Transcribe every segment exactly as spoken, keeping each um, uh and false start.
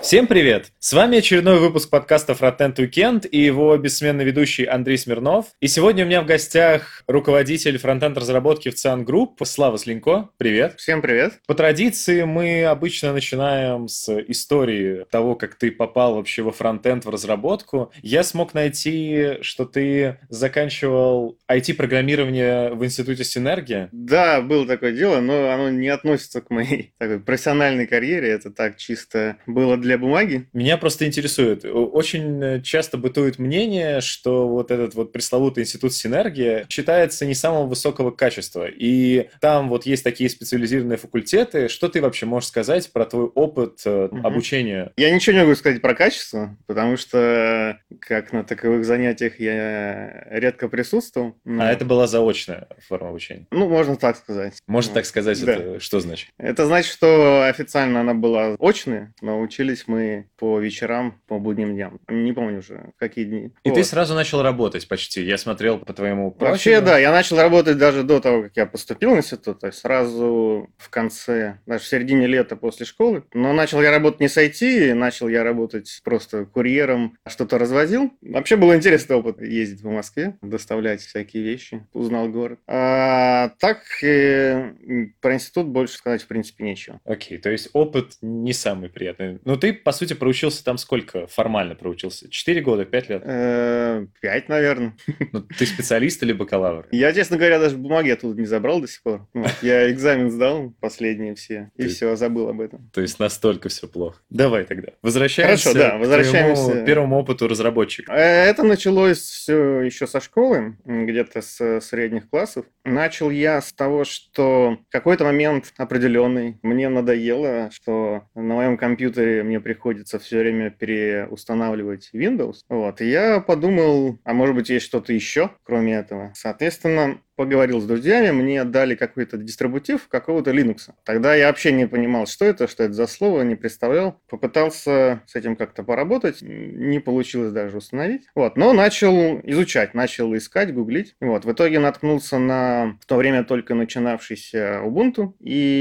Всем привет! С вами очередной выпуск подкаста Frontend Weekend и его бессменный ведущий Андрей Смирнов. И сегодня у меня в гостях руководитель фронтенд разработки в Циан Групп Слава Слинько. Привет! Всем привет! По традиции мы обычно начинаем с истории того, как ты попал вообще во фронтенд, в разработку. Я смог найти, что ты заканчивал ай ти-программирование в институте Синергия. Да, было такое дело, но оно не относится к моей такой профессиональной карьере. Это так чисто было для бумаги. Меня просто интересует. Очень часто бытует мнение, что вот этот вот пресловутый институт Синергия считается не самого высокого качества. И там вот есть такие специализированные факультеты. Что ты вообще можешь сказать про твой опыт угу. обучения? Я ничего не могу сказать про качество, потому что как на таковых занятиях я редко присутствовал. Но... А это была заочная форма обучения? Ну, можно так сказать. Можно ну, так сказать, да. Это что значит? Это значит, что официально она была очная, но учились мы по вечерам, по будним дням. Не помню уже, какие дни. И вот. ты сразу начал работать почти. Я смотрел по твоему профилю. Вообще, да, я начал работать даже до того, как я поступил в институт, то есть сразу в конце, даже в середине лета после школы. Но начал я работать не с ай ти, начал я работать просто курьером, что-то развозил. Вообще был интересный опыт ездить по Москве, доставлять всякие вещи, узнал город. А так э, про институт больше сказать в принципе нечего. Окей, то есть опыт не самый приятный. Но ты, по сути, проучился там сколько? Формально проучился? Четыре года, пять лет? Пять, наверное. Ну, ты специалист или бакалавр? Я, честно говоря, даже бумаги оттуда не забрал до сих пор. Вот. Я экзамен сдал, последние все, и ты... все, забыл об этом. То есть настолько все плохо. Давай тогда. Возвращаемся, Хорошо, да, возвращаемся к твоему первому опыту разработчика. Это началось все еще со школы, где-то с средних классов. Начал я с того, что в какой-то момент определенный мне надоело, что на моем компьютере мне приходится все время переустанавливать Windows. Вот. И я подумал, а может быть есть что-то еще, кроме этого. Соответственно, поговорил с друзьями, мне дали какой-то дистрибутив какого-то Linux. Тогда я вообще не понимал, что это, что это за слово, не представлял. Попытался с этим как-то поработать, не получилось даже установить. Вот, но начал изучать, начал искать, гуглить. Вот, в итоге наткнулся на в то время только начинавшийся Ubuntu,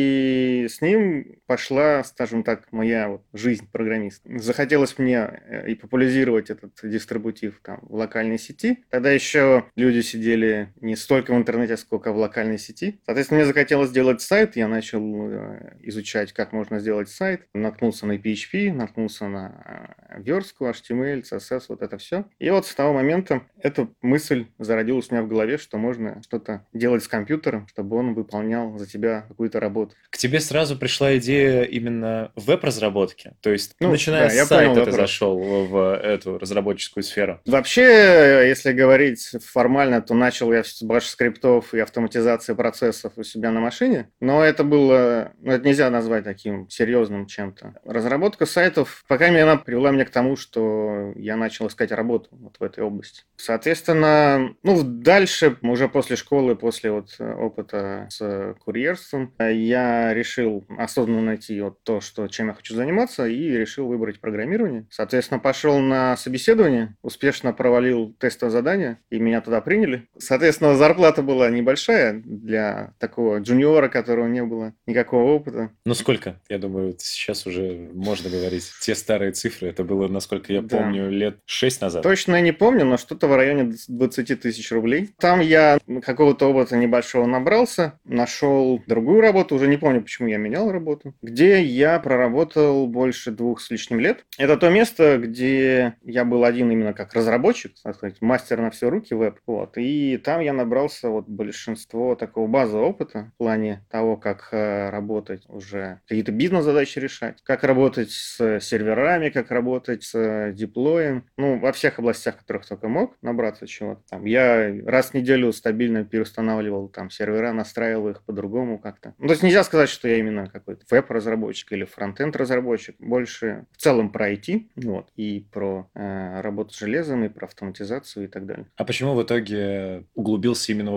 и с ним пошла, скажем так, моя вот жизнь программиста. Захотелось мне и популяризировать этот дистрибутив там в локальной сети. Тогда еще люди сидели не столько в интернете, сколько в локальной сети. Соответственно, мне захотелось сделать сайт, я начал изучать, как можно сделать сайт, наткнулся на пи эйч пи, наткнулся на верстку, эйч ти эм эль, си эс эс, вот это все. И вот с того момента эта мысль зародилась у меня в голове, что можно что-то делать с компьютером, чтобы он выполнял за тебя какую-то работу. К тебе сразу пришла идея именно веб-разработки? То есть, ну, начиная да, с сайта ты зашел в эту разработческую сферу? Вообще, если говорить формально, то начал я больше скриптов и автоматизации процессов у себя на машине, но это было, ну, это нельзя назвать таким серьезным чем-то. Разработка сайтов, по крайней мере, она привела меня к тому, что я начал искать работу вот в этой области. Соответственно, ну, дальше, уже после школы, после вот опыта с курьерством, я решил осознанно найти вот то, что, чем я хочу заниматься, и решил выбрать программирование. Соответственно, пошел на собеседование, успешно провалил тестовое задание, и меня туда приняли. Соответственно, зарплата была небольшая для такого джуниора, которого не было никакого опыта. Ну, сколько? Я думаю, сейчас уже можно говорить. Те старые цифры, это было, насколько я да. помню, лет шесть назад. Точно я не помню, но что-то в районе двадцать тысяч рублей. Там я какого-то опыта небольшого набрался, нашел другую работу, уже не помню, почему я менял работу, где я проработал больше двух с лишним лет. Это то место, где я был один именно как разработчик, так сказать, мастер на все руки веб. Вот. И там я набрался вот большинство такого базового опыта в плане того, как э, работать уже, какие-то бизнес-задачи решать, как работать с серверами, как работать с деплоем. Ну, во всех областях, в которых только мог набраться чего-то. Там, я раз в неделю стабильно переустанавливал там сервера, настраивал их по-другому как-то. Ну, то есть нельзя сказать, что я именно какой-то веб-разработчик или фронтенд-разработчик. Больше в целом про ай ти, вот, и про э, работу с железом, и про автоматизацию и так далее. А почему в итоге углубился именно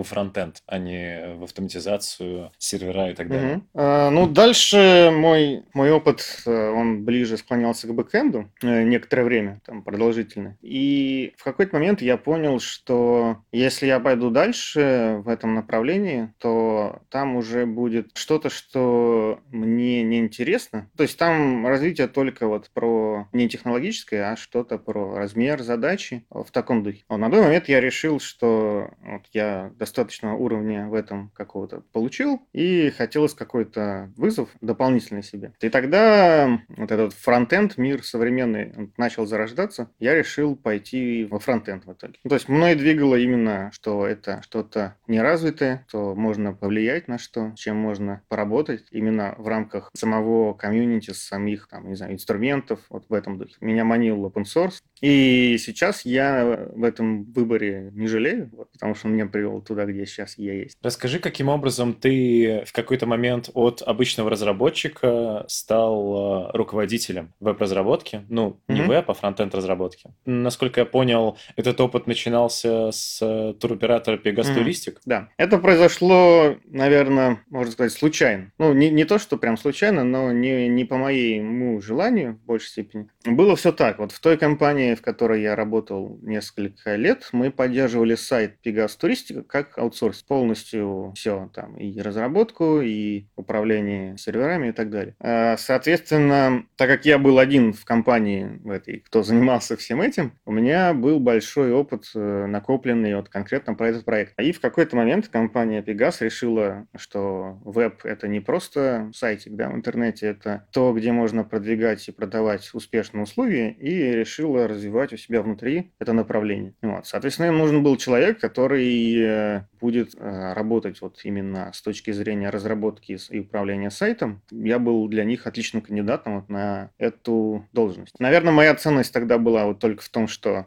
во фронтенд, а не в автоматизацию сервера и так далее. Мгм. А, ну, дальше мой, мой опыт, э, он ближе склонялся к бэкэнду э, некоторое время, там, продолжительно. И в какой-то момент я понял, что если я пойду дальше в этом направлении, то там уже будет что-то, что мне не интересно. То есть там развитие только вот про не технологическое, а что-то про размер задачи в таком духе. Вот на тот момент я решил, что вот я достаточного уровня в этом какого-то получил, и хотелось какой-то вызов дополнительный себе. И тогда вот этот фронтенд, мир современный, он начал зарождаться. Я решил пойти во фронтенд в итоге. Ну, то есть мной двигало именно, что это что-то неразвитое, что можно повлиять на что, чем можно поработать именно в рамках самого комьюнити, самих там, не знаю, инструментов, вот в этом духе. Меня манил open source. И сейчас я в этом выборе не жалею, вот, потому что он меня привел туда, где сейчас я есть. Расскажи, каким образом ты в какой-то момент от обычного разработчика стал э, руководителем веб-разработки? Ну, не Мгм. веб, а фронтенд разработки. Насколько я понял, этот опыт начинался с э, туроператора Pegasus Мгм. Touristic. Да, это произошло, наверное, можно сказать, случайно. Ну, не, не то, что прям случайно, но не, не по моему желанию в большей степени. Было все так. Вот в той компании, в которой я работал несколько лет, мы поддерживали сайт Pegasus Touristic как аутсорс. Полностью все там, и разработку, и управление серверами и так далее. А, Соответственно, так как я был один в компании в этой, кто занимался всем этим, у меня был большой опыт, э, накопленный вот конкретно про этот проект. И в какой-то момент компания Pegasus решила, что веб — это не просто сайтик, да, в интернете, это то, где можно продвигать и продавать успешные услуги, и решила развивать у себя внутри это направление. Вот. Соответственно, им нужен был человек, который э, будет э, работать вот именно с точки зрения разработки и управления сайтом. Я был для них отличным кандидатом вот на эту должность. Наверное, моя ценность тогда была вот только в том, что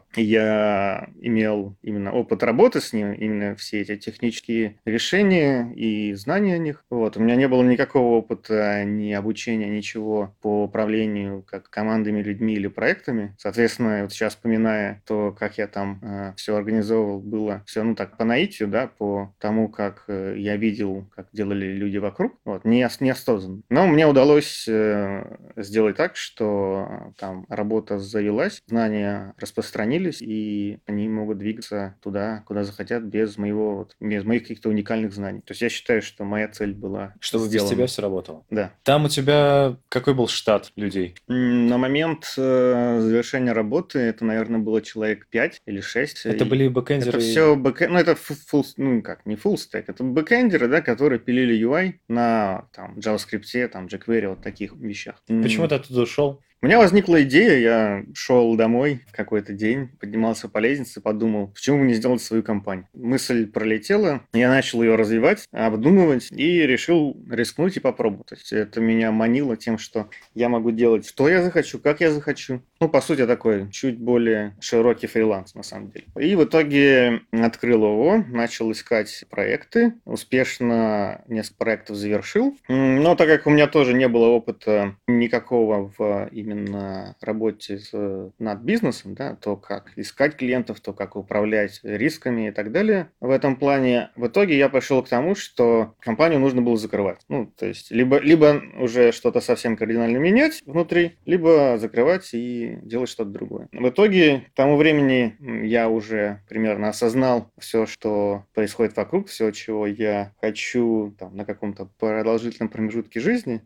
я имел именно опыт работы с ним, именно все эти технические решения и знания о них. Вот. У меня не было никакого опыта, ни обучения, ничего по управлению как командами, людьми или проектами. Соответственно, вот сейчас вспоминая то, как я там э, все организовывал, было все, ну так, по наитию, да, по тому, как э, я видел, как делали люди вокруг, вот, не, ос- неосознанно. Но мне удалось э, сделать так, что э, там работа завелась, знания распространились, и они могут двигаться туда, куда захотят, без моего, вот, без моих каких-то уникальных знаний. То есть я считаю, что моя цель была Чтобы без сделана. тебя все работало. Да. Там у тебя какой был штат людей? М, На момент э, завершения работы это, наверное, было человек пять или шесть. Это И были это бэкэндеры. все бэкэ... ну это фу- full, ну как, не full stack, это бэкэндеры, да, которые пилили ю ай на там JavaScript, там jQuery, вот таких вещах. М, Почему ты оттуда ушел? У меня возникла идея, я шел домой в какой-то день, поднимался по лестнице, подумал, почему бы не сделать свою компанию. Мысль пролетела, я начал ее развивать, обдумывать и решил рискнуть и попробовать. То есть это меня манило тем, что я могу делать, что я захочу, как я захочу. Ну, по сути, такой чуть более широкий фриланс, на самом деле. И в итоге открыл ООО, начал искать проекты, успешно несколько проектов завершил. М, Но так как у меня тоже не было опыта никакого в именно работе с, над бизнесом, да, то как искать клиентов, то как управлять рисками и так далее. В этом плане в итоге я пришел к тому, что компанию нужно было закрывать. Ну, то есть либо, либо уже что-то совсем кардинально менять внутри, либо закрывать и делать что-то другое. В итоге к тому времени я уже примерно осознал все, что происходит вокруг, все, чего я хочу там, на каком-то продолжительном промежутке жизни,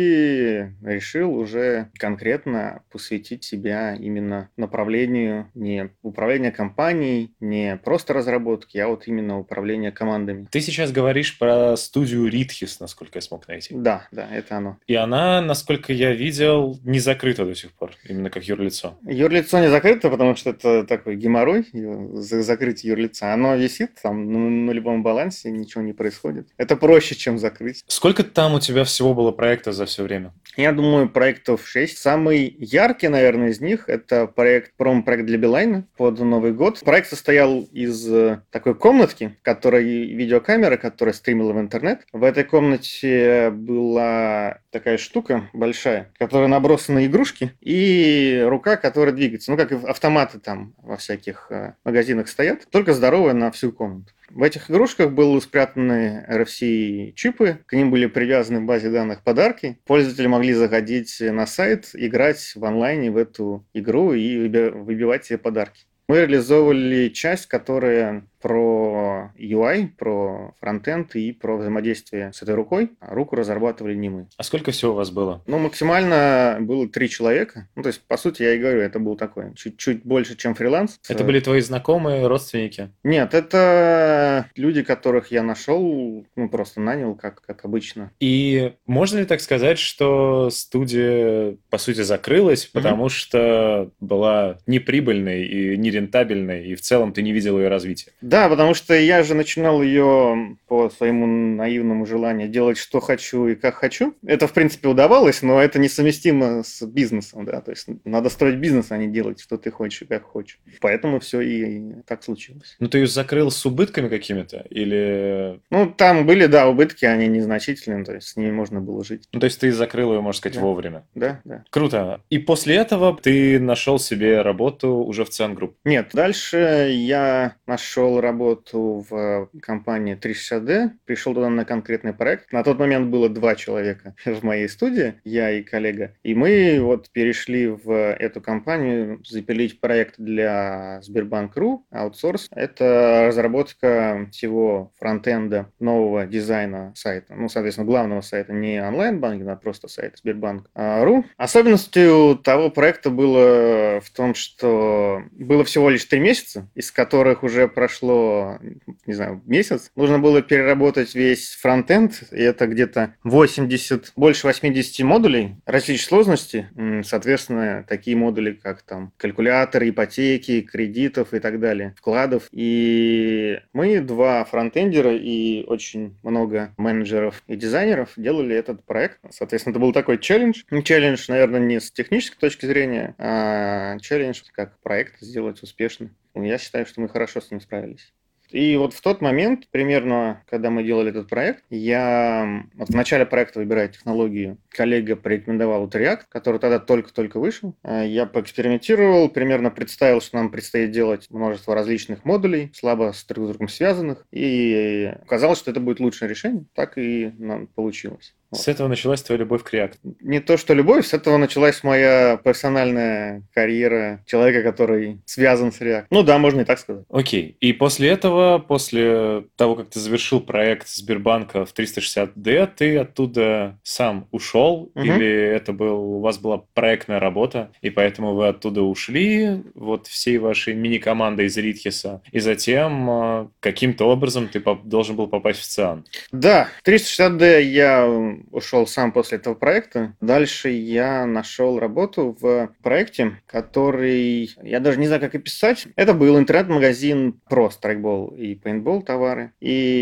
и решил уже конкретно посвятить себя именно направлению не управления компанией, не просто разработки, а вот именно управления командами. Ты сейчас говоришь про студию Ритхис, насколько я смог найти. Да, да, это оно. И она, насколько я видел, не закрыта до сих пор, именно как юрлицо. Юрлицо не закрыто, потому что это такой геморрой, за- закрыть юрлица. Оно висит там на, на любом балансе, ничего не происходит. Это проще, чем закрыть. Сколько там у тебя всего было проектов за все время? Я думаю, проектов шесть. Самый яркий, наверное, из них — это проект, промо-проект для Билайна под Новый год. Проект состоял из э, такой комнатки, в которой видеокамера, которая стримила в интернет. В этой комнате была такая штука большая, которая набросана игрушки, и рука, которая двигается. Ну, как и автоматы там во всяких э, магазинах стоят, только здоровая на всю комнату. В этих игрушках были спрятаны эр эф си-чипы, к ним были привязаны к базе данных подарки. Пользователи могли заходить на сайт, играть в онлайне в эту игру и выбивать себе подарки. Мы реализовывали часть, которая про ю ай, про фронтенд и про взаимодействие с этой рукой. А руку разрабатывали не мы. А сколько всего у вас было? Ну, максимально было три человека. Ну, то есть, по сути, я и говорю, это был такой чуть-чуть больше, чем фриланс. Это были твои знакомые, родственники? Нет, это люди, которых я нашел, ну, просто нанял, как, как обычно. И можно ли так сказать, что студия, по сути, закрылась, потому mm-hmm. что была неприбыльной и нерентабельной, и в целом ты не видел ее развития? Да, потому что я же начинал ее по своему наивному желанию делать, что хочу и как хочу. Это, в принципе, удавалось, но это несовместимо с бизнесом, да, то есть надо строить бизнес, а не делать, что ты хочешь и как хочешь. Поэтому все и так случилось. Ну, ты ее закрыл с убытками какими-то? Или... Ну, там были, да, убытки, они незначительные, то есть с ними можно было жить. Ну, то есть ты закрыл ее, можно сказать, да. вовремя? Да, да. Круто. И после этого ты нашел себе работу уже в Cyan Group? Нет, дальше я нашел работу в компании триста шестьдесят ди, пришел туда на конкретный проект. На тот момент было два человека в моей студии, я и коллега. И мы вот перешли в эту компанию запилить проект для Сбербанк.ру, аутсорс. Это разработка всего фронтенда нового дизайна сайта. Ну, соответственно, главного сайта, не онлайн-банкинг, а просто сайт Сбербанк.ру. Особенностью того проекта было в том, что было всего лишь три месяца, из которых уже прошло, не знаю, месяц. Нужно было переработать весь фронтенд, и это где-то восемьдесят, больше восемьдесят модулей различной сложности. Соответственно, такие модули, как там калькуляторы, ипотеки, кредитов и так далее, вкладов. И мы, два фронтендера и очень много менеджеров и дизайнеров, делали этот проект. Соответственно, это был такой челлендж. Челлендж, наверное, не с технической точки зрения, а челлендж как проект сделать успешно. Я считаю, что мы хорошо с ним справились. И вот в тот момент, примерно, когда мы делали этот проект, я вот в начале проекта, выбирая технологию, коллега порекомендовал вот React, который тогда только-только вышел. Я поэкспериментировал, примерно представил, что нам предстоит делать множество различных модулей, слабо с друг с другом связанных, и оказалось, что это будет лучшее решение. Так и нам получилось. С этого началась твоя любовь к React? Не то, что любовь, с этого началась моя профессиональная карьера человека, который связан с React. Ну да, можно и так сказать. Окей. И после этого, после того, как ты завершил проект Сбербанка в триста шестьдесят ди, ты оттуда сам ушел? Угу. Или это был, у вас была проектная работа, и поэтому вы оттуда ушли, вот всей вашей мини-командой из Ритхиса, и затем каким-то образом ты должен был попасть в Cyan? Да, триста шестьдесят ди я ушел сам после этого проекта. Дальше я нашел работу в проекте, который, я даже не знаю, как описать. Это был интернет-магазин про страйкбол и пейнтбол товары.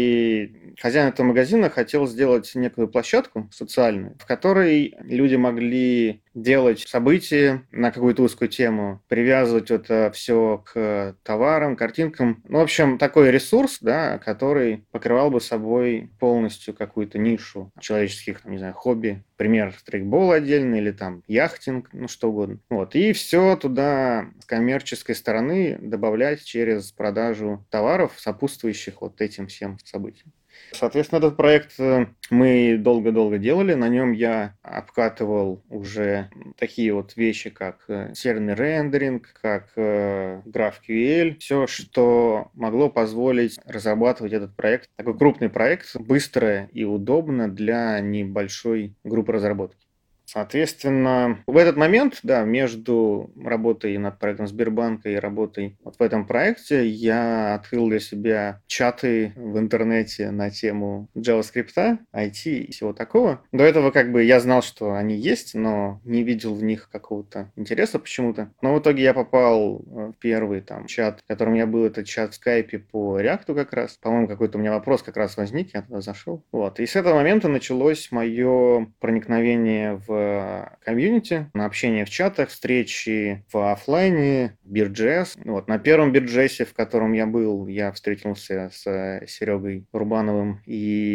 И хозяин этого магазина хотел сделать некую площадку социальную, в которой люди могли делать события на какую-то узкую тему, привязывать это все к товарам, картинкам. Ну, в общем, такой ресурс, да, который покрывал бы собой полностью какую-то нишу человеческих, не знаю, хобби. Пример, стрейкбол отдельно или там яхтинг, ну, что угодно. Вот. И все туда с коммерческой стороны добавлять через продажу товаров, сопутствующих вот этим всем событиям. Соответственно, этот проект мы долго-долго делали. На нем я обкатывал уже такие вот вещи, как серверный рендеринг, как GraphQL. Все, что могло позволить разрабатывать этот проект. Такой крупный проект, быстро и удобно для небольшой группы разработки. Соответственно, в этот момент, да, между работой над проектом Сбербанка и работой вот в этом проекте я открыл для себя чаты в интернете на тему JavaScript, ай ти и всего такого. До этого как бы я знал, что они есть, но не видел в них какого-то интереса почему-то. Но в итоге я попал в первый там чат, в котором я был, это чат в скайпе по React как раз. По-моему, какой-то у меня вопрос как раз возник, я туда зашел. Вот. И с этого момента началось мое проникновение в комьюнити, на общение в чатах, встречи в офлайне, Бир.джей эс. Вот. На первом Бир.джей эс, в котором я был, я встретился с Серегой Рубановым и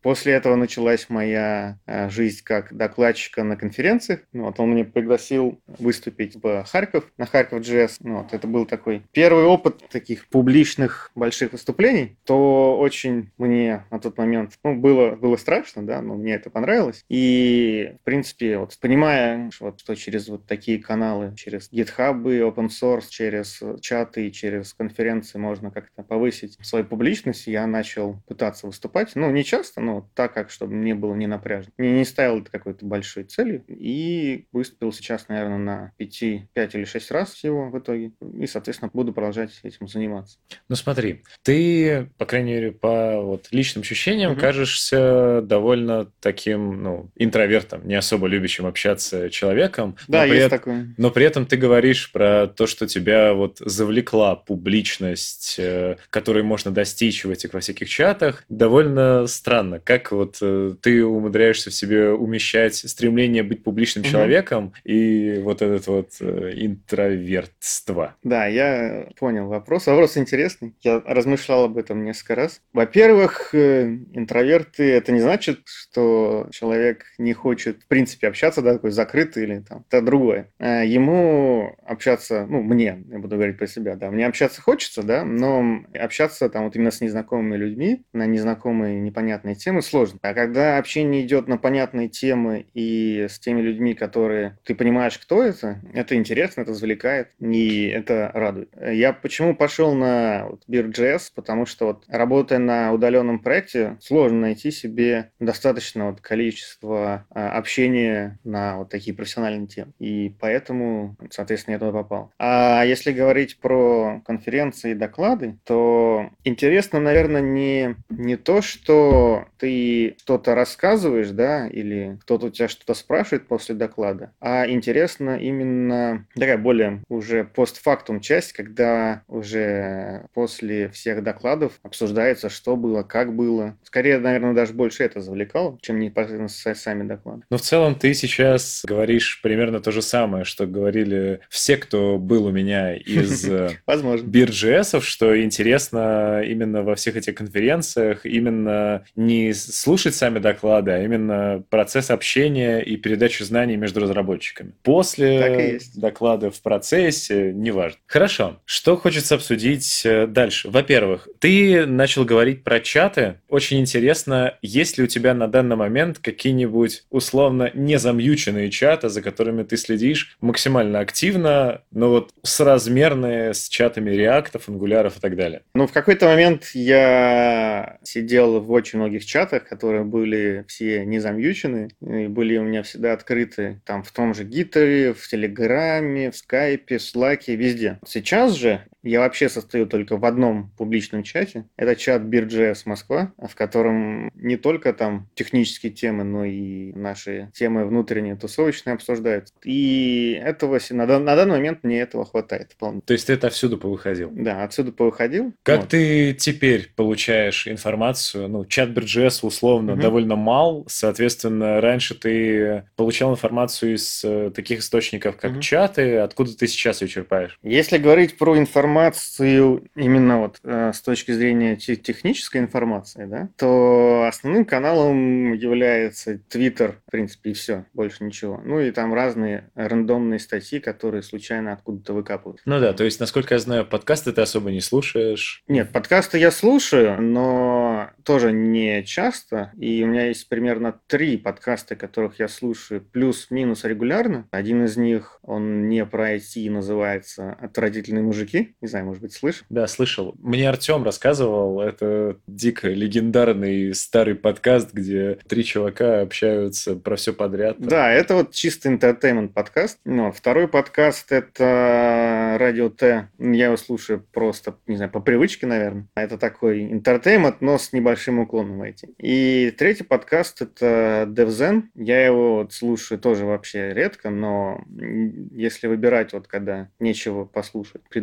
После этого началась моя э, жизнь как докладчика на конференциях. Ну, вот он меня пригласил выступить в Харьков, на Харьков джей эс. Ну, вот это был такой первый опыт таких публичных больших выступлений. То очень мне на тот момент, ну, было, было страшно, да, но мне это понравилось. И, в принципе, вот понимая, вот, что через вот такие каналы, через GitHub, open source, через чаты, через конференции можно как-то повысить свою публичность, я начал пытаться выступать. Ну, не часто, но так, как чтобы мне было не напряжно. Не, не ставил это какой-то большой целью. И выступил сейчас, наверное, на пяти, пять или шесть раз всего в итоге. И, соответственно, буду продолжать этим заниматься. Ну смотри, ты, по крайней мере, по вот личным ощущениям, Мгм. кажешься довольно таким, ну, интровертом, не особо любящим общаться человеком, Да, но при, есть эт- такое. но при этом ты говоришь про то, что тебя вот завлекла публичность, э, которой можно достичь в этих во всяких чатах, довольно странно. Как вот э, ты умудряешься в себе умещать стремление быть публичным Мгм. человеком и вот этот вот э, интровертство? Да, я понял вопрос. Вопрос интересный. Я размышлял об этом несколько раз. Во-первых, э, интроверты — это не значит, что человек не хочет, в принципе, общаться, да, такой закрытый или там, это другое. А Ему общаться, ну, мне, я буду говорить про себя, да, мне общаться хочется, да, но общаться там вот именно с незнакомыми людьми на незнакомые непонятные темы сложно. А когда общение идет на понятные темы и с теми людьми, которые ты понимаешь, кто это, это интересно, это завлекает, и это радует. Я почему пошел на вот, Beer.js? Потому что вот, работая на удаленном проекте, сложно найти себе достаточно вот, количества а, общения на вот такие профессиональные темы. И поэтому, соответственно, я туда попал. А если говорить про конференции и доклады, то интересно, наверное, не, не то, что ты что-то рассказываешь, да, или кто-то у тебя что-то спрашивает после доклада, а интересно именно такая более уже постфактум часть, когда уже после всех докладов обсуждается, что было, как было. Скорее, наверное, даже больше это завлекало, чем непосредственно с- сами доклады. Но в целом ты сейчас говоришь примерно то же самое, что говорили все, кто был у меня из э, Возможно. биржесов, что интересно именно во всех этих конференциях именно не слушать сами доклады, а именно процесс общения и передачи знаний между разработчиками. Так и После есть. доклада в процессе, неважно. Хорошо. Что хочется обсудить э, дальше? Во-первых, ты начал говорить про чаты. Очень интересно, есть ли у тебя на данный момент какие-нибудь условно незамьюченные чаты, за которыми ты следишь максимально активно, но вот соразмерные с чатами реактов, ангуляров и так далее? Ну, в какой-то момент я сидел в очень многих чатах, которые были все не замьючены, и были у меня всегда открыты там в том же Гиттере, в Телеграме, в Скайпе, в Слаке, везде. Сейчас же я вообще состою только в одном публичном чате. Это чат Beer.js Москва, в котором не только там технические темы, но и наши темы внутренние, тусовочные обсуждаются. И этого се- на, дан- на данный момент мне этого хватает вполне. То есть ты отовсюду повыходил. Да, отсюда повыходил. Как Вот. ты теперь получаешь информацию? Ну, чат биржес условно Мгм. довольно мал, соответственно, раньше ты получал информацию из э, таких источников, как Мгм. чаты. Откуда ты сейчас ее черпаешь? Если говорить про информацию именно вот э, с точки зрения те- технической информации, да, то основным каналом является Twitter, в принципе, и все, больше ничего. Ну и там разные рандомные статьи, которые случайно откуда-то выкапывают. Ну да, то есть, насколько я знаю, подкасты ты особо не слушаешь. Нет, подкасты я слушаю, но тоже не часто. И у меня есть примерно три подкаста, которых я слушаю плюс-минус регулярно. Один из них, он не про ай ти, называется «Отвратительные мужики». Не знаю, может быть, слышал? Да, слышал. Мне Артем рассказывал, это дико легендарный старый подкаст, где три чувака общаются про все подряд. там. Да, это вот чисто entertainment подкаст. Ну, а второй подкаст — это Радио Т. Я его слушаю просто, не знаю, по привычке, наверное. Это такой entertainment, но с небольшим уклоном в ай ти. И третий подкаст — это DevZen. Я его вот слушаю тоже вообще редко, но м, если выбирать вот когда нечего послушать предыдущих двух,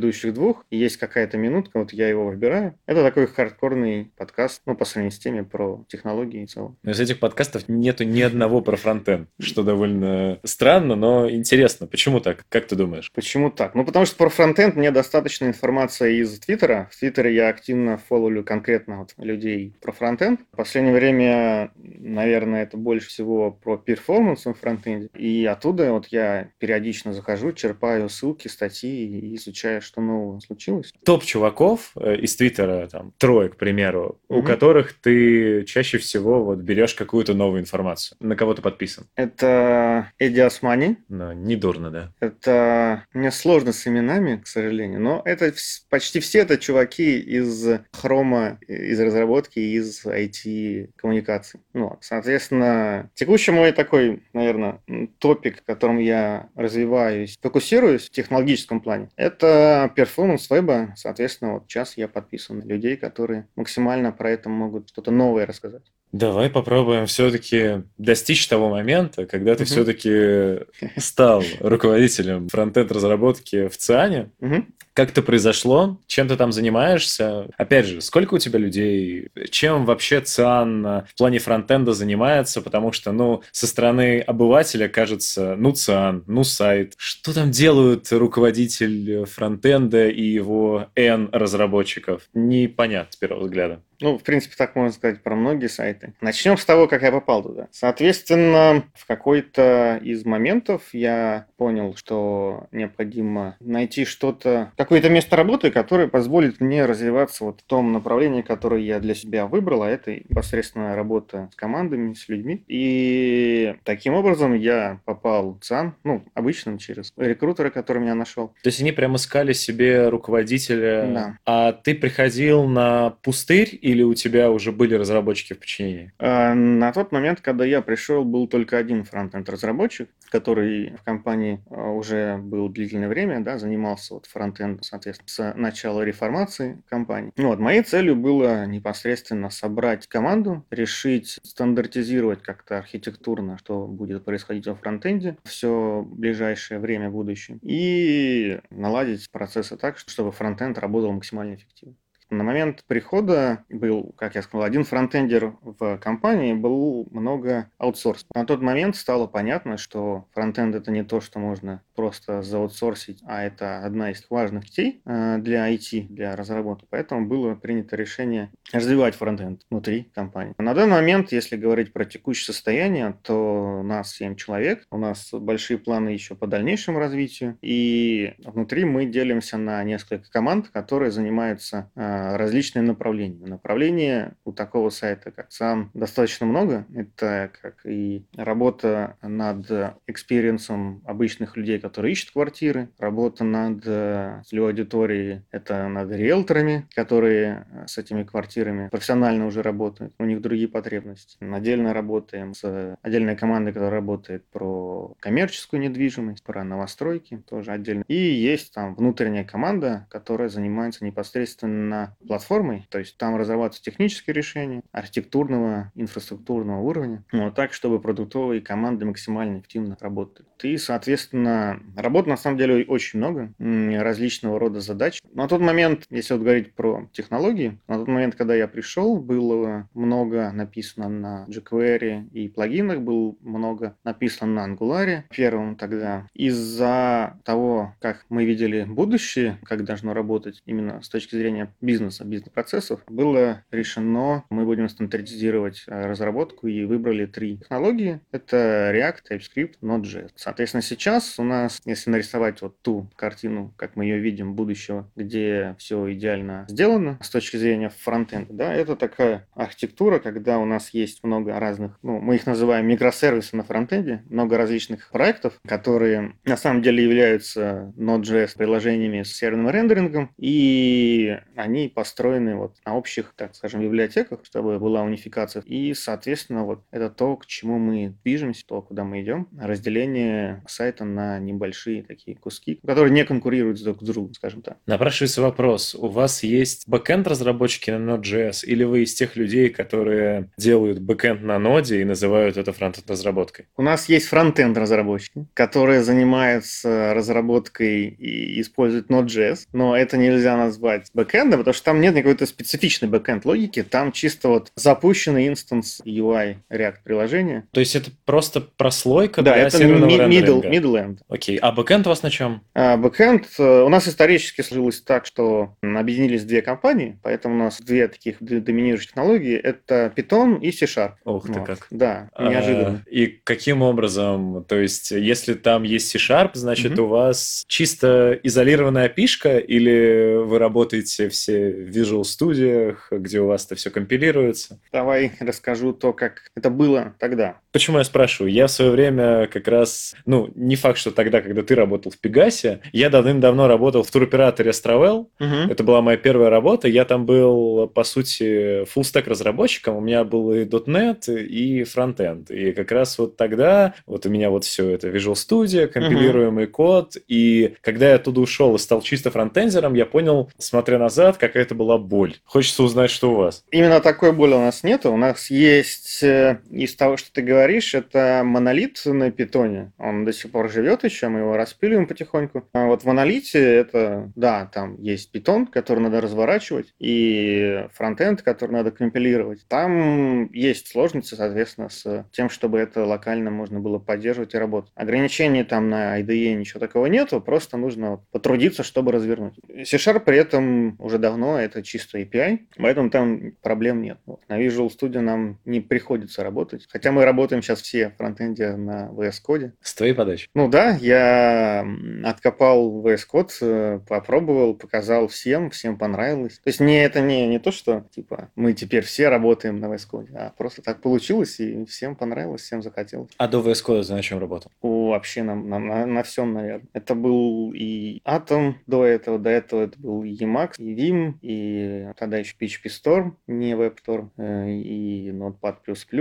двух, и есть какая-то минутка, вот я его выбираю. Это такой хардкорный подкаст, ну, по сравнению с теми про технологии и целом. Но из этих подкастов нету ни одного про фронтенд, что довольно странно, но интересно. Почему так? Как ты думаешь? Почему так? Ну, потому что про фронтенд мне достаточно информации из Твиттера. В Твиттере я активно фолловлю конкретно вот людей про фронтенд. В последнее время, наверное, это больше всего про перформанс на фронтенде. И оттуда вот я периодично захожу, черпаю ссылки, статьи и изучаю, что нового случилось. Топ чуваков э, из Твиттера, там, трое, к примеру, Угу. у которых ты чаще всего вот берешь какую-то новую информацию. На кого ты подписан? Это Эдди Османи. Ну, не дурно, да? Это... Мне сложно с именами, к сожалению, но это вс- почти все это чуваки из хрома, из разработки, из ай ти-коммуникаций. Ну, вот, соответственно, текущий мой такой, наверное, топик, в котором я развиваюсь, фокусируюсь в технологическом плане, это перформанс веба. Соответственно, вот сейчас я подписан на людей, которые максимально про это могут что-то новое рассказать. Давай попробуем все-таки достичь того момента, когда ты Мгм. все-таки стал руководителем фронтенд-разработки в ЦИАНе. Мгм. Как это произошло? Чем ты там занимаешься? Опять же, сколько у тебя людей? Чем вообще ЦИАН в плане фронтенда занимается? Потому что, ну, со стороны обывателя кажется, ну, ЦИАН, ну, сайт. Что там делают руководитель фронтенда и его N разработчиков? Непонятно с первого взгляда. Ну, в принципе, так можно сказать про многие сайты. Начнем с того, как я попал туда. Соответственно, в какой-то из моментов я понял, что необходимо найти что-то, какое-то место работы, которое позволит мне развиваться вот в том направлении, которое я для себя выбрал, а это непосредственно работа с командами, с людьми. И таким образом я попал в ЦИАН, ну, обычно через рекрутера, который меня нашел. То есть они прям искали себе руководителя, Да. а ты приходил на пустырь или у тебя уже были разработчики в подчинении? А, На тот момент, когда я пришел, был только один фронтенд-разработчик, который в компании а, уже был длительное время, да, занимался вот фронтендом, соответственно, с начала реформации компании. Ну, вот, моей целью было непосредственно собрать команду, решить стандартизировать как-то архитектурно, что будет происходить во фронтенде все ближайшее время, будущее, и наладить процессы так, чтобы фронтенд работал максимально эффективно. На момент прихода был, как я сказал, один фронтендер в компании, был много аутсорс. На тот момент стало понятно, что фронтенд это не то, что можно просто заутсорсить, а это одна из важных частей для ай ти, для разработки. Поэтому было принято решение развивать фронтенд внутри компании. На данный момент, если говорить про текущее состояние, то у нас семь человек, у нас большие планы еще по дальнейшему развитию, и внутри мы делимся на несколько команд, которые занимаются различные направления. Направления у такого сайта, как ЦИАН, достаточно много. Это как и работа над экспириенсом обычных людей, которые ищут квартиры, работа над целевой аудиторией, это над риэлторами, которые с этими квартирами профессионально уже работают, у них другие потребности. Отдельно работаем с отдельной командой, которая работает про коммерческую недвижимость, про новостройки, тоже отдельно. И есть там внутренняя команда, которая занимается непосредственно платформой, то есть там разрабатываются технические решения архитектурного, инфраструктурного уровня, но так, чтобы продуктовые команды максимально эффективно работали. И, соответственно, работ на самом деле очень много, различного рода задач. На тот момент, если вот говорить про технологии, на тот момент, когда я пришел, было много написано на jQuery и плагинах, было много написано на Angular первым тогда. Из-за того, как мы видели будущее, как должно работать именно с точки зрения бизнеса, бизнес-процессов, было решено, мы будем стандартизировать разработку и выбрали три технологии. Это React, TypeScript, Node.js. Соответственно, сейчас у нас, если нарисовать вот ту картину, как мы ее видим, будущего, где все идеально сделано с точки зрения фронтенда, да, это такая архитектура, когда у нас есть много разных, ну, мы их называем микросервисы на фронтенде, много различных проектов, которые на самом деле являются Node.js приложениями с серверным рендерингом, и они они построены вот на общих, так скажем, библиотеках, чтобы была унификация. И, соответственно, вот это то, к чему мы движемся, то, куда мы идем. Разделение сайта на небольшие такие куски, которые не конкурируют друг с другом, скажем так. Напрашивается вопрос. У вас есть бэкэнд-разработчики на Node.js, или вы из тех людей, которые делают бэкэнд на ноде и называют это фронтенд-разработкой? У нас есть фронтенд-разработчики, которые занимаются разработкой и используют Node.js, но это нельзя назвать бэкэндом, потому что там нет какой-то специфичной бэкэнд-логики, там чисто вот запущенный инстанс ю ай React-приложения. То есть это просто прослойка Да, для это серверного ми- middle, рендеринга? middle end. Окей. А бэкэнд у вас на чем? А бэкэнд э, у нас исторически сложилось так, что м, объединились две компании, поэтому у нас две таких д- доминирующих технологии — это Python и C-Sharp. Ух ты Вот. как. Да, неожиданно. А, и каким образом? То есть, если там есть C-Sharp, значит, Мгм. у вас чисто изолированная пишка, или вы работаете все в Visual Studio, где у вас это все компилируется? Давай расскажу то, как это было тогда. Почему я спрашиваю? Я в свое время как раз, ну, не факт, что тогда, когда ты работал в Пегасе, я давным-давно работал в туроператоре Astrovel. Мгм. Это была моя первая работа. Я там был, по сути, фуллстек разработчиком. У меня был и .дот нет, и фронтенд. И как раз вот тогда вот у меня вот все это Visual Studio, компилируемый код. И когда я оттуда ушел и стал чисто фронтендером, я понял, смотря назад, какая это была боль. Хочется узнать, что у вас. Именно такой боли у нас нет. У нас есть, э, из того, что ты говоришь, это монолит на питоне. Он до сих пор живет еще, мы его распиливаем потихоньку. А вот в монолите это, да, там есть питон, который надо разворачивать, и фронтенд, который надо компилировать. Там есть сложности, соответственно, с тем, чтобы это локально можно было поддерживать и работать. Ограничений там на ай ди и ничего такого нету, просто нужно потрудиться, чтобы развернуть. C-Sharp при этом уже давно это чисто эй пи ай, поэтому там проблем нет. Вот. На Visual Studio нам не приходится работать, хотя мы работаем сейчас все в фронтенде на ви эс Code. С твоей подачи. Ну да, я м, откопал ви эс Code, э, попробовал, показал всем, всем понравилось. То есть не, это не, не то, что типа мы теперь все работаем на ви эс Code, а просто так получилось, и всем понравилось, всем захотелось. А до ви эс Code ты на чем работал? О, вообще на, на, на, на всем, наверное. Это был и Atom до этого, до этого это был и Emacs, и Vim, и тогда еще пи эйч пи Storm, не WebStorm, э, и Notepad++,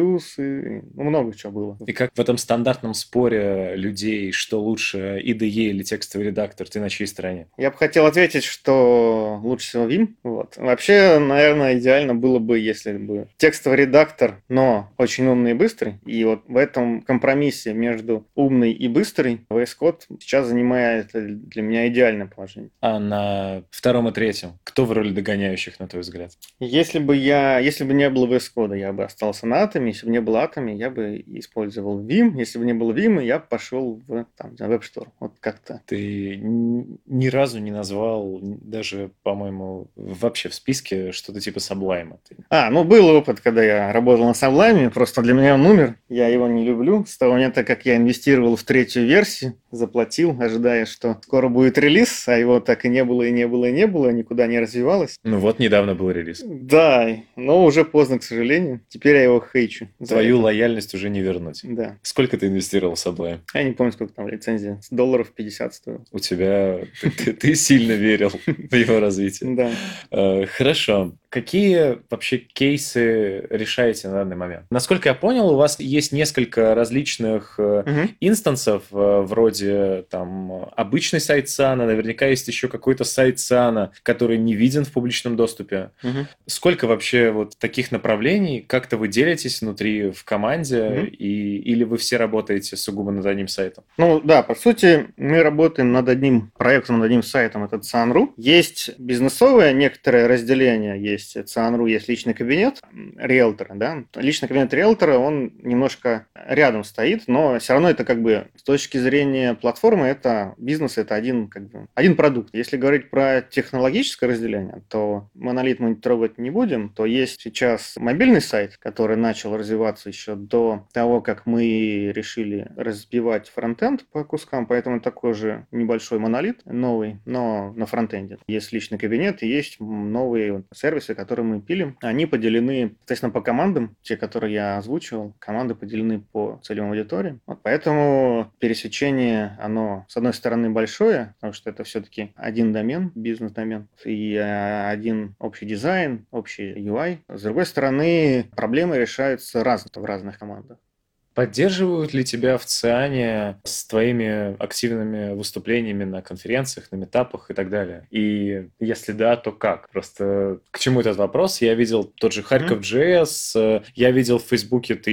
и ну, много чего было. И как в этом стандартном споре людей, что лучше, ай ди и или текстовый редактор, ты на чьей стороне? Я бы хотел ответить, что лучше всего Vim. Вот. Вообще, наверное, идеально было бы, если бы текстовый редактор, но очень умный и быстрый. И вот в этом компромиссе между умный и быстрый ви эс Code сейчас занимает для меня идеальное положение. А на втором и третьем кто в роли догоняющих, на твой взгляд? Если бы я, если бы не было ви эс Code, я бы остался на Atom. Если бы не было Atom, я бы использовал Vim. Если бы не было Vim, я бы пошел в там, WebStorm. Вот как-то. Ты н- ни разу не назвал, даже, по-моему, вообще в списке что-то типа Sublime. Ты- А, ну был опыт, когда я работал на Sublime, просто для меня он умер. Я его не люблю. С того момента, как я инвестировал в третью версию, заплатил, ожидая, что скоро будет релиз, а его так и не было, и не было, и не было, никуда не развивалось. Ну вот недавно был релиз. Да, но уже поздно, к сожалению. Теперь я его хейчу. за Твою это. лояльность уже не вернуть. Да. Сколько ты инвестировал в Sublime? Я не помню, сколько там лицензия. С долларов пятьдесят стоил. У тебя... Ты, ты- ты сильно верил в его развитие. Да. Э, Хорошо. Какие вообще кейсы решаете на данный момент? Насколько я понял, у вас есть несколько различных э, Мгм. инстансов, э, вроде там обычный сайт САНа, наверняка есть еще какой-то сайт САНа, который не виден в публичном доступе. Мгм. Сколько вообще вот таких направлений? Как-то вы делитесь внутри в команде, Мгм. и, или вы все работаете сугубо над одним сайтом? Ну да, по сути, мы работаем над одним проектом, над одним сайтом, это Циан.ру. Есть бизнесовое некоторое разделение, есть Циан.ру, есть личный кабинет м, риэлтора, да. Личный кабинет риэлтора, он немножко рядом стоит, но все равно это как бы с точки зрения платформы, это бизнес, это один, как бы, один продукт. Если говорить про технологическое разделение, то монолит мы трогать не будем, то есть сейчас мобильный сайт, который начал развиваться еще до того, как мы решили разбивать фронтенд по кускам, поэтому такой же небольшой монолит, новый, но на фронтенде. Есть личный кабинет и есть новые сервисы, сервисы, которые мы пилим, они поделены, соответственно, по командам, те, которые я озвучивал, команды поделены по целевым аудиториям. Вот поэтому пересечение, оно, с одной стороны, большое, потому что это все-таки один домен, бизнес-домен, и э, один общий дизайн, общий ю ай. С другой стороны, проблемы решаются разно в разных командах. Поддерживают ли тебя в ЦИАНе с твоими активными выступлениями на конференциях, на метапах и так далее? И если да, то как? Просто к чему этот вопрос? Я видел тот же Харьков джей эс, mm-hmm. я видел в Фейсбуке, ты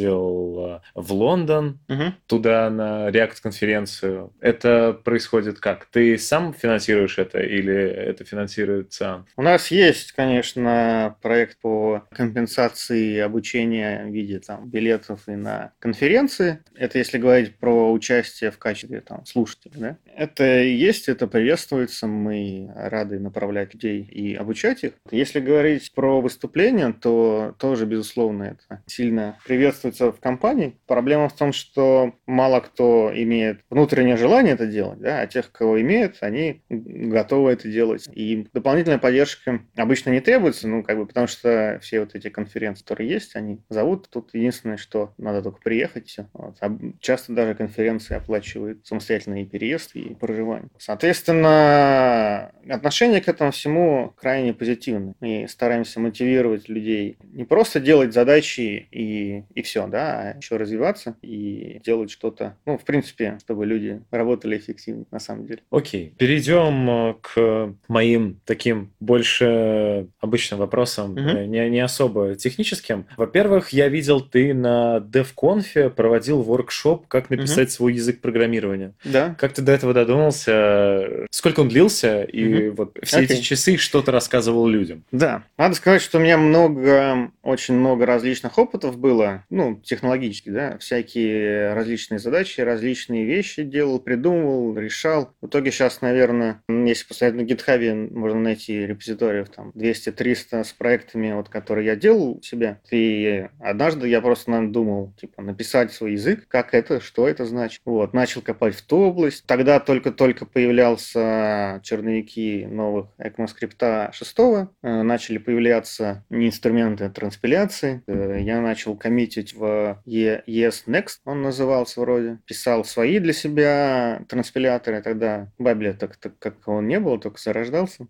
ездил в Лондон, mm-hmm. туда на React-конференцию. Это происходит как? Ты сам финансируешь это или это финансирует ЦИАН? У нас есть, конечно, проект по компенсации обучения в виде там, билетов и на конференции. Это если говорить про участие в качестве там, слушателя. Да? Это есть, это приветствуется. Мы рады направлять людей и обучать их. Если говорить про выступления, то тоже, безусловно, это сильно приветствуется в компании. Проблема в том, что мало кто имеет внутреннее желание это делать, да? А тех, кого имеют, они готовы это делать. И дополнительная поддержка обычно не требуется, ну, как бы, потому что все вот эти конференции, которые есть, они зовут. Тут единственное, что надо только приехать, все. Вот. А часто даже конференции оплачивают самостоятельно и переезд, и проживание. Соответственно, отношение к этому всему крайне позитивное. Мы стараемся мотивировать людей не просто делать задачи и, и все, да, а еще развиваться и делать что-то, ну, в принципе, чтобы люди работали эффективнее, на самом деле. Окей. Перейдем к моим таким больше обычным вопросам, mm-hmm. не, не особо техническим. Во-первых, я видел, ты на DevConf проводил воркшоп, как написать mm-hmm. свой язык программирования. Да. Как ты до этого додумался? Сколько он длился? И mm-hmm. вот все okay. эти часы что ты рассказывал людям? Да. Надо сказать, что у меня много, очень много различных опытов было, ну, технологических, да, всякие различные задачи, различные вещи делал, придумывал, решал. В итоге сейчас, наверное, если посмотреть на GitHub, можно найти репозиториев там двести-триста с проектами, вот, которые я делал у себя. И однажды я просто, наверное, думал, типа, написать свой язык, как это, что это значит. Вот, начал копать в ту область. Тогда только-только появлялся черновики новых ECMAScript шесть, начали появляться инструменты транспиляции. Я начал коммитить в и эс Next, он назывался вроде. Писал свои для себя транспиляторы. Тогда Бабеля так, так как он не был, только зарождался.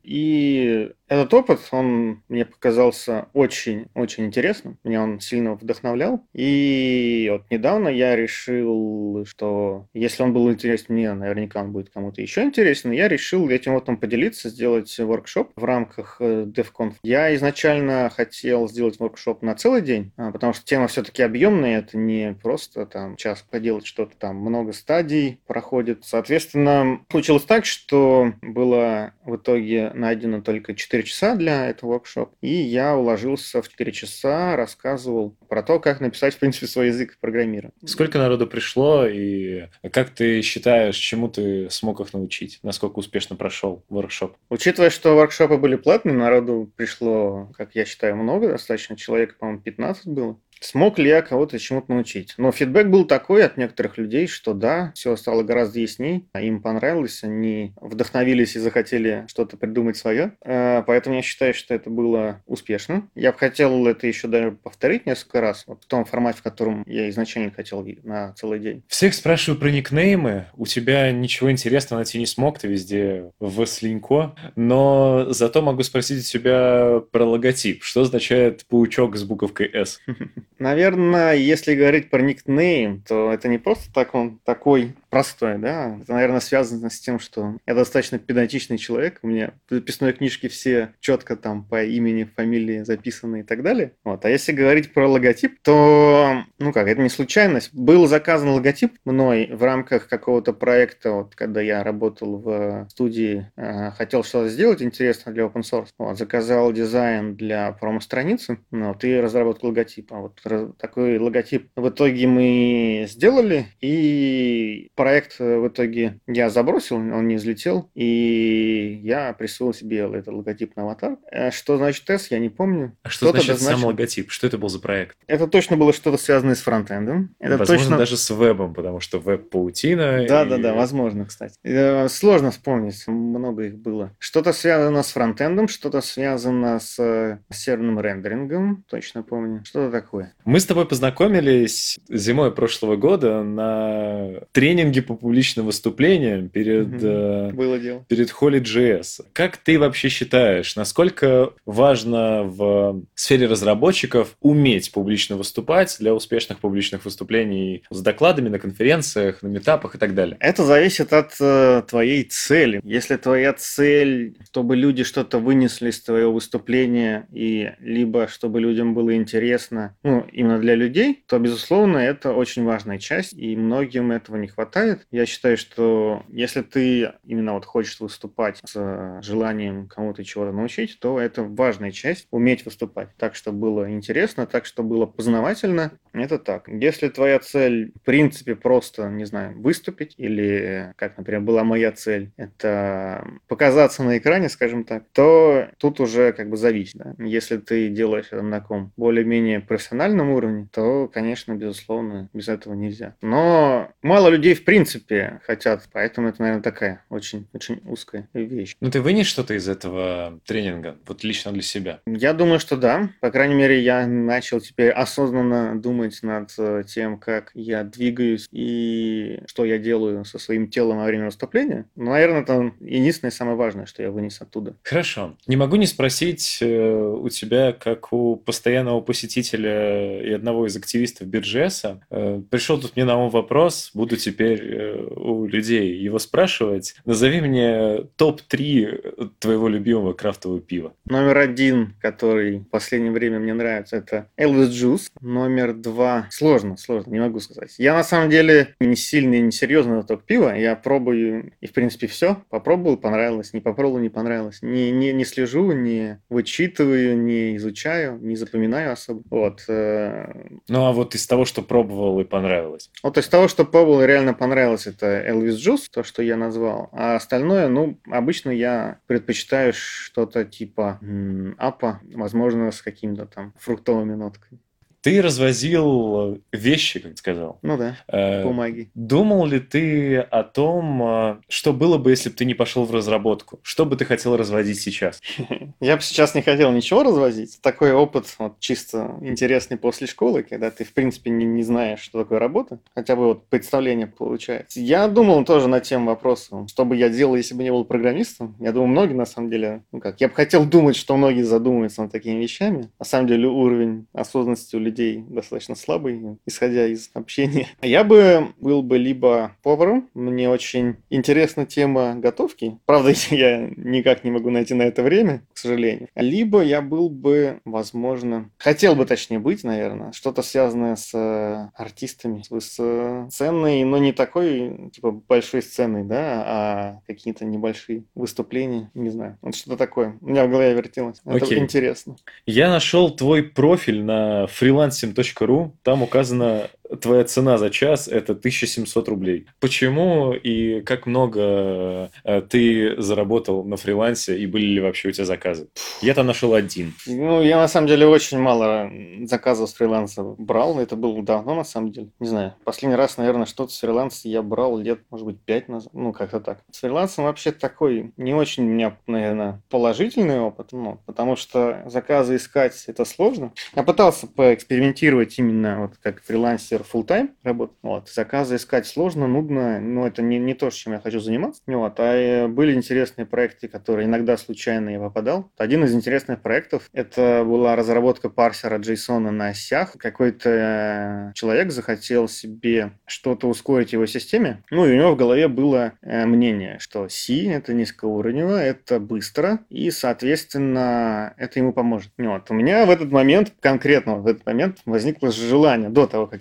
И этот опыт, он мне показался очень-очень интересным. Меня он сильно вдохновлял. И вот недавно я решил, что если он был интересен мне, наверняка он будет кому-то еще интересен. Я решил этим вот поделиться, сделать воркшоп в рамках DevConf. Я изначально хотел сделать воркшоп на целый день, потому что тема все-таки объемная. Это не просто там час поделать что-то, там много стадий проходит. Соответственно, получилось так, что было в итоге найдено только четыре часа для этого воркшопа. И я уложился в четыре часа, рассказывал про то, как написать, в принципе, свой язык программирования. Сколько народу пришло, и как ты считаешь, чему ты смог их научить? Насколько успешно прошел воркшоп? Учитывая, что воркшопы были платные, народу пришло, как я считаю, много, достаточно, человек, по-моему, пятнадцать было. Смог ли я кого-то чему-то научить? Но фидбэк был такой от некоторых людей, что да, все стало гораздо ясней, им понравилось, они вдохновились и захотели что-то придумать свое. Поэтому я считаю, что это было успешно. Я бы хотел это еще даже повторить несколько раз, вот в том формате, в котором я изначально хотел на целый день. Всех спрашиваю про никнеймы. У тебя ничего интересного найти не смог, ты везде в слинько, но зато могу спросить у тебя про логотип. Что означает паучок с буковкой «С»? Наверное, если говорить про никнейм, то это не просто так он такой простой, да. Это, наверное, связано с тем, что я достаточно педантичный человек. У меня в записной книжке все четко там по имени, фамилии записаны и так далее. Вот. А если говорить про логотип, то, ну как, это не случайность. Был заказан логотип мной в рамках какого-то проекта, вот, когда я работал в студии, э, хотел что-то сделать интересное для open source. Вот, заказал дизайн для промо-страницы, вот, и разработал логотип. А вот такой логотип в итоге мы сделали, и проект э, в итоге я забросил, он не взлетел, и я присвоил себе этот логотип на аватар. Э, Что значит S, я не помню. А что Кто-то значит сам дозначил. логотип? Что это был за проект? Это точно было что-то связанное с фронтендом. Это Возможно, точно... даже с вебом, потому что веб-паутина. Да, и- да, да, возможно, кстати. Э, Сложно вспомнить, много их было. Что-то связано с фронтендом, что-то связано с э, серверным рендерингом, точно помню. Что-то такое. Мы с тобой познакомились зимой прошлого года на тренинге по публичным выступлениям перед, Мгм. э, Было дело. перед Holy.js. Как ты вообще считаешь, насколько важно в сфере разработчиков уметь публично выступать для успешных публичных выступлений с докладами на конференциях, на митапах и так далее? Это зависит от э, твоей цели. Если твоя цель, чтобы люди что-то вынесли из твоего выступления, и либо чтобы людям было интересно, ну, именно для людей, то, безусловно, это очень важная часть, и многим этого не хватает. Я считаю, что если ты именно вот хочешь выступать с э, желанием кому-то чего-то научить, то это важная часть, уметь выступать так, чтобы было интересно, так, чтобы было познавательно. Это так. Если твоя цель, в принципе, просто, не знаю, выступить, или, как, например, была моя цель, это показаться на экране, скажем так, то тут уже как бы зависит. Да? Если ты делаешь это на таком более-менее профессиональном уровне, то, конечно, безусловно, без этого нельзя. Но мало людей, в принципе, хотят, поэтому это, наверное, такая очень, очень узкая вещь. Ну, ты вынес что-то из этого тренинга, вот лично для себя? Я думаю, что да. По крайней мере, я начал теперь осознанно думать над э, тем, как я двигаюсь и что я делаю со своим телом во время выступления. Ну, наверное, это единственное и самое важное, что я вынес оттуда. Хорошо. Не могу не спросить э, у тебя, как у постоянного посетителя и одного из активистов Биржеса, э, пришел тут мне на ум вопрос, буду теперь э, у людей его спрашивать. Назови мне топ три твоего любимого крафтового пива. Номер один, который в последнее время мне нравится, это Elvis Juice. Номер два... Сложно, сложно, не могу сказать. Я, на самом деле, не сильно и не серьезно на топ пива. Я пробую, и, в принципе, все. Попробовал, понравилось. Не попробовал, не понравилось. Не, не, не слежу, не вычитываю, не изучаю, не запоминаю особо. Вот. э, Ну, а вот из того, что пробовал и понравилось. Вот из того, что пробовал и реально понравилось, это Elvis Juice, то, что я назвал. А остальное, ну, обычно я предпочитаю что-то типа м, апа, возможно, с какими-то там фруктовыми нотками. Ты развозил вещи, как ты сказал. Ну да, Э, бумаги. Думал ли ты о том, э, что было бы, если бы ты не пошел в разработку? Что бы ты хотел разводить сейчас? Я бы сейчас не хотел ничего развозить. Такой опыт вот, чисто интересный после школы, когда ты, в принципе, не, не знаешь, что такое работа. Хотя бы вот представление получается. Я думал тоже над тем вопросом, что бы я делал, если бы не был программистом. Я думаю, многие, на самом деле, ну как, я бы хотел думать, что многие задумываются над такими вещами. На самом деле, уровень осознанности у людей достаточно слабый, исходя из общения. Я бы был бы либо поваром. Мне очень интересна тема готовки. Правда, я никак не могу найти на это время, к сожалению. Либо я был бы, возможно, хотел бы точнее быть, наверное, что-то связанное с э, артистами, с э, сценой, но не такой, типа, большой сценой, да, а какие-то небольшие выступления, не знаю. Вот что-то такое. У меня в голове вертелось. Это Окей. интересно. Я нашел твой профиль на фрилансинг точка ру. Там указана твоя цена за час – это тысяча семьсот рублей. Почему и как много э, ты заработал на фрилансе, и были ли вообще у тебя заказы? Я там нашел один. Ну, я на самом деле очень мало заказов с фриланса брал. Это было давно, на самом деле. Не знаю. Последний раз, наверное, что-то с фриланса я брал лет, может быть, пять назад. Ну, как-то так. С фрилансом вообще такой не очень у меня, наверное, положительный опыт. Ну, потому что заказы искать это сложно. Я пытался поэкспериментировать именно вот как фрилансер full-time работать. Вот. Заказы искать сложно, нудно, но это не, не то, чем я хочу заниматься. Вот. А э, были интересные проекты, которые иногда случайно я попадал. Один из интересных проектов, это была разработка парсера JSON на осях. Какой-то э, человек захотел себе что-то ускорить в его системе, ну и у него в голове было э, мнение, что C это низкоуровнево, это быстро, и, соответственно, это ему поможет. Вот. У меня в этот момент, конкретно в этот момент, возникло желание, до того, как я увидел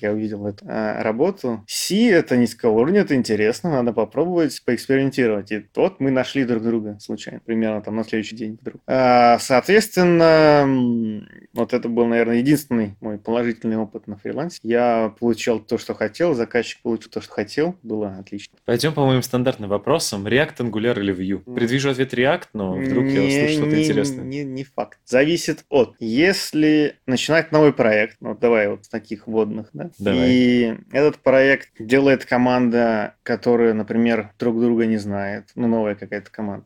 начал эту а, работу. C — это низкого уровня, это интересно, надо попробовать, поэкспериментировать. И вот мы нашли друг друга случайно, примерно там на следующий день вдруг. А, соответственно, вот это был, наверное, единственный мой положительный опыт на фрилансе. Я получал то, что хотел, заказчик получил то, что хотел, было отлично. Пойдем по моим стандартным вопросам. React, Angular или Vue? Предвижу ответ React, но вдруг я Не, услышу что-то не, интересное. не, не факт. Зависит от. Если начинать новый проект, ну давай вот с таких вводных, да? Давай. И этот проект делает команда, которая, например, друг друга не знает, ну новая какая-то команда.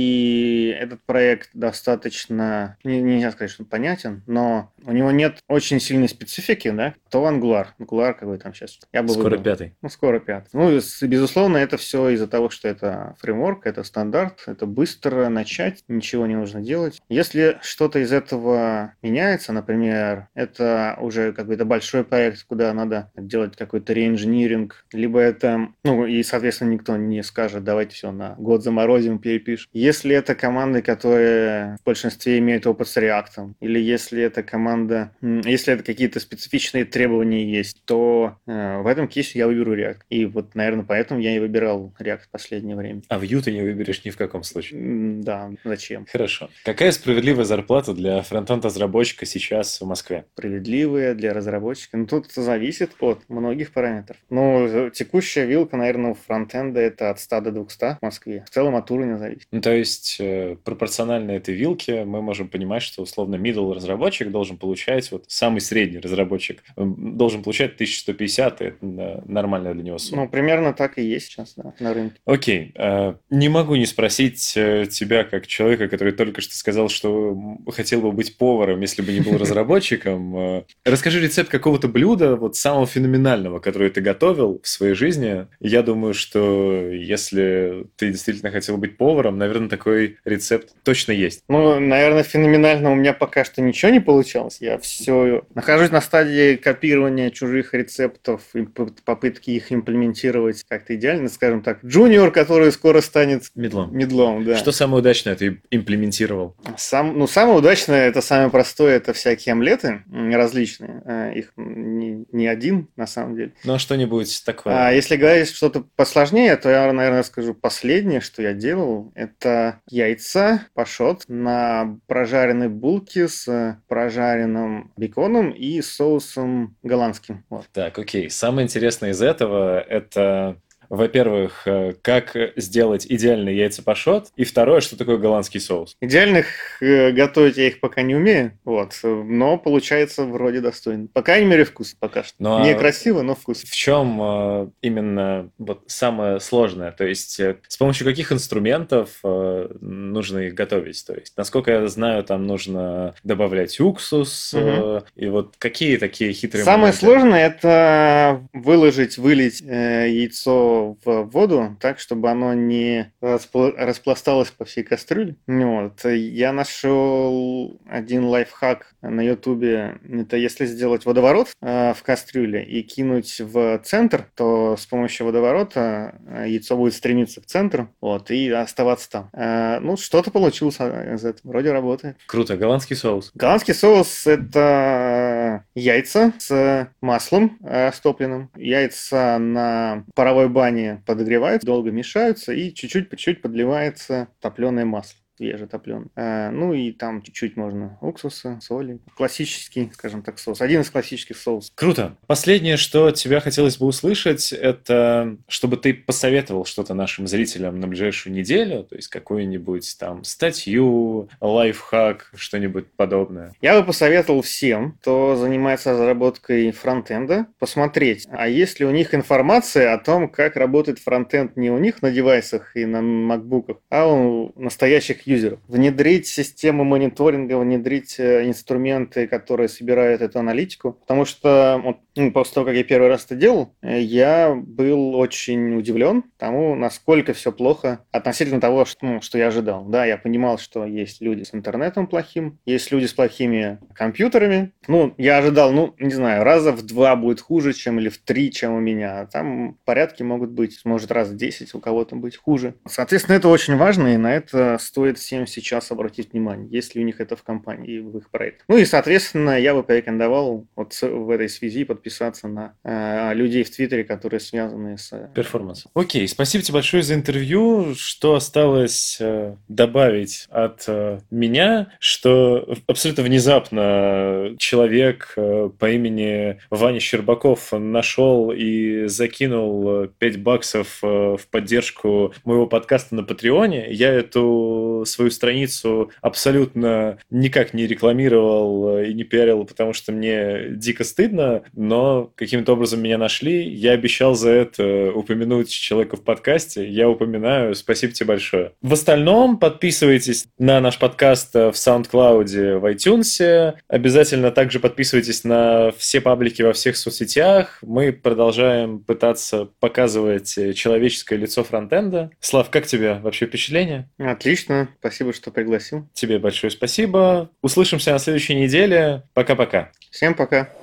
И этот проект достаточно, не, нельзя сказать, что он понятен, но у него нет очень сильной специфики, да? То Angular. Angular какой там сейчас? Я бы Скоро выбрал. пятый. Ну, скоро пятый. Ну, с- безусловно, это все из-за того, что это фреймворк, это стандарт, это быстро начать, ничего не нужно делать. Если что-то из этого меняется, например, это уже какой-то большой проект, куда надо делать какой-то реинжиниринг, либо это, ну, и, соответственно, никто не скажет, давайте все на год заморозим, перепишем. Если это команды, которые в большинстве имеют опыт с React, или если это команда, м, если это какие-то специфичные требования есть, то э, в этом кейсе я выберу React. И вот, наверное, поэтому я и выбирал React в последнее время. А Vue ты не выберешь ни в каком случае. М, Да, зачем? Хорошо. Какая справедливая зарплата для фронтенд-разработчика сейчас в Москве? Справедливые для разработчика. Ну, тут зависит от многих параметров. Ну, текущая вилка, наверное, у фронтенда это от ста до двухсот в Москве. В целом от уровня зависит. Ну, то есть, э, пропорционально этой вилке мы можем понимать, что условно middle разработчик должен получать, вот самый средний разработчик э, должен получать тысяча сто пятьдесят, и это э, нормальная для него сумма. Ну, примерно так и есть сейчас, да, на рынке. Окей, э, не могу не спросить э, тебя, как человека, который только что сказал, что м, хотел бы быть поваром, если бы не был разработчиком. Э, Расскажи рецепт какого-то блюда, вот самого феноменального, которое ты готовил в своей жизни. Я думаю, что если ты действительно хотел быть поваром, наверное, такой рецепт точно есть. Ну, наверное, феноменально у меня пока что ничего не получалось. Я все нахожусь на стадии копирования чужих рецептов и п- попытки их имплементировать как-то идеально, скажем так. Джуниор, который скоро станет Медлом. медлом, да. Что самое удачное ты имплементировал? Сам, ну, самое удачное, это самое простое, это всякие омлеты м, различные. Э, Их не, не один, на самом деле. Ну, а что-нибудь такое? А если говорить что-то посложнее, то я, наверное, скажу последнее, что я делал. Это яйца пашот на прожаренной булке с прожаренным беконом и соусом голландским. Вот. Так, окей. Самое интересное из этого – это, во-первых, э, как сделать идеальный яйца-пашот, и второе, что такое голландский соус. Идеальных э, готовить я их пока не умею, вот, э, но получается вроде достойно. По крайней мере, вкус пока что. Ну, а Не красиво, но вкус. в чем э, именно вот самое сложное? То есть э, с помощью каких инструментов э, нужно их готовить? То есть, насколько я знаю, там нужно добавлять уксус, э, и вот какие такие хитрые Самое моменты? сложное это выложить, вылить э, яйцо в воду так, чтобы оно не распла- распласталось по всей кастрюле. Вот. Я нашел один лайфхак на Ютубе. Это если сделать водоворот э, в кастрюле и кинуть в центр, то с помощью водоворота э, яйцо будет стремиться в центр, вот, и оставаться там. Э, ну, что-то получилось а, из этого. Вроде работает. Круто. Голландский соус. Голландский соус – это яйца с маслом э, растопленным. Яйца на паровой бане подогреваются, долго мешаются, и чуть-чуть по чуть подливается топленое масло. Свежетопленый. А, ну и там чуть-чуть можно уксуса, соли. Классический, скажем так, соус. Один из классических соусов. Круто. Последнее, что от тебя хотелось бы услышать, это чтобы ты посоветовал что-то нашим зрителям на ближайшую неделю, то есть какую-нибудь там статью, лайфхак, что-нибудь подобное. Я бы посоветовал всем, кто занимается разработкой фронтенда, посмотреть, а есть ли у них информация о том, как работает фронтенд не у них на девайсах и на макбуках, а у настоящих юзеров. Внедрить систему мониторинга, внедрить э, инструменты, которые собирают эту аналитику. Потому что вот, ну, после того, как я первый раз это делал, э, я был очень удивлен тому, насколько все плохо относительно того, что, ну, что я ожидал. Да, я понимал, что есть люди с интернетом плохим, есть люди с плохими компьютерами. Ну, я ожидал, ну, не знаю, раза в два будет хуже, чем или в три, чем у меня. Там порядки могут быть, может, раз в десять у кого-то быть хуже. Соответственно, это очень важно, и на это стоит всем сейчас обратить внимание, есть ли у них это в компании, в их проекте. Ну и, соответственно, я бы порекомендовал вот в этой связи подписаться на э, людей в Твиттере, которые связаны с... Перформанс. Окей, спасибо тебе большое за интервью. Что осталось э, добавить от э, меня, что абсолютно внезапно человек э, по имени Ваня Щербаков нашел и закинул пять баксов э, в поддержку моего подкаста на Патреоне. Я эту свою страницу абсолютно никак не рекламировал и не пиарил, потому что мне дико стыдно, но каким-то образом меня нашли. Я обещал за это упомянуть человека в подкасте. Я упоминаю. Спасибо тебе большое. В остальном подписывайтесь на наш подкаст в SoundCloud, в iTunes. Обязательно также подписывайтесь на все паблики во всех соцсетях. Мы продолжаем пытаться показывать человеческое лицо фронтенда. Слав, как тебе вообще впечатление? Отлично. Спасибо, что пригласил. Тебе большое спасибо. Услышимся на следующей неделе. Пока-пока. Всем пока.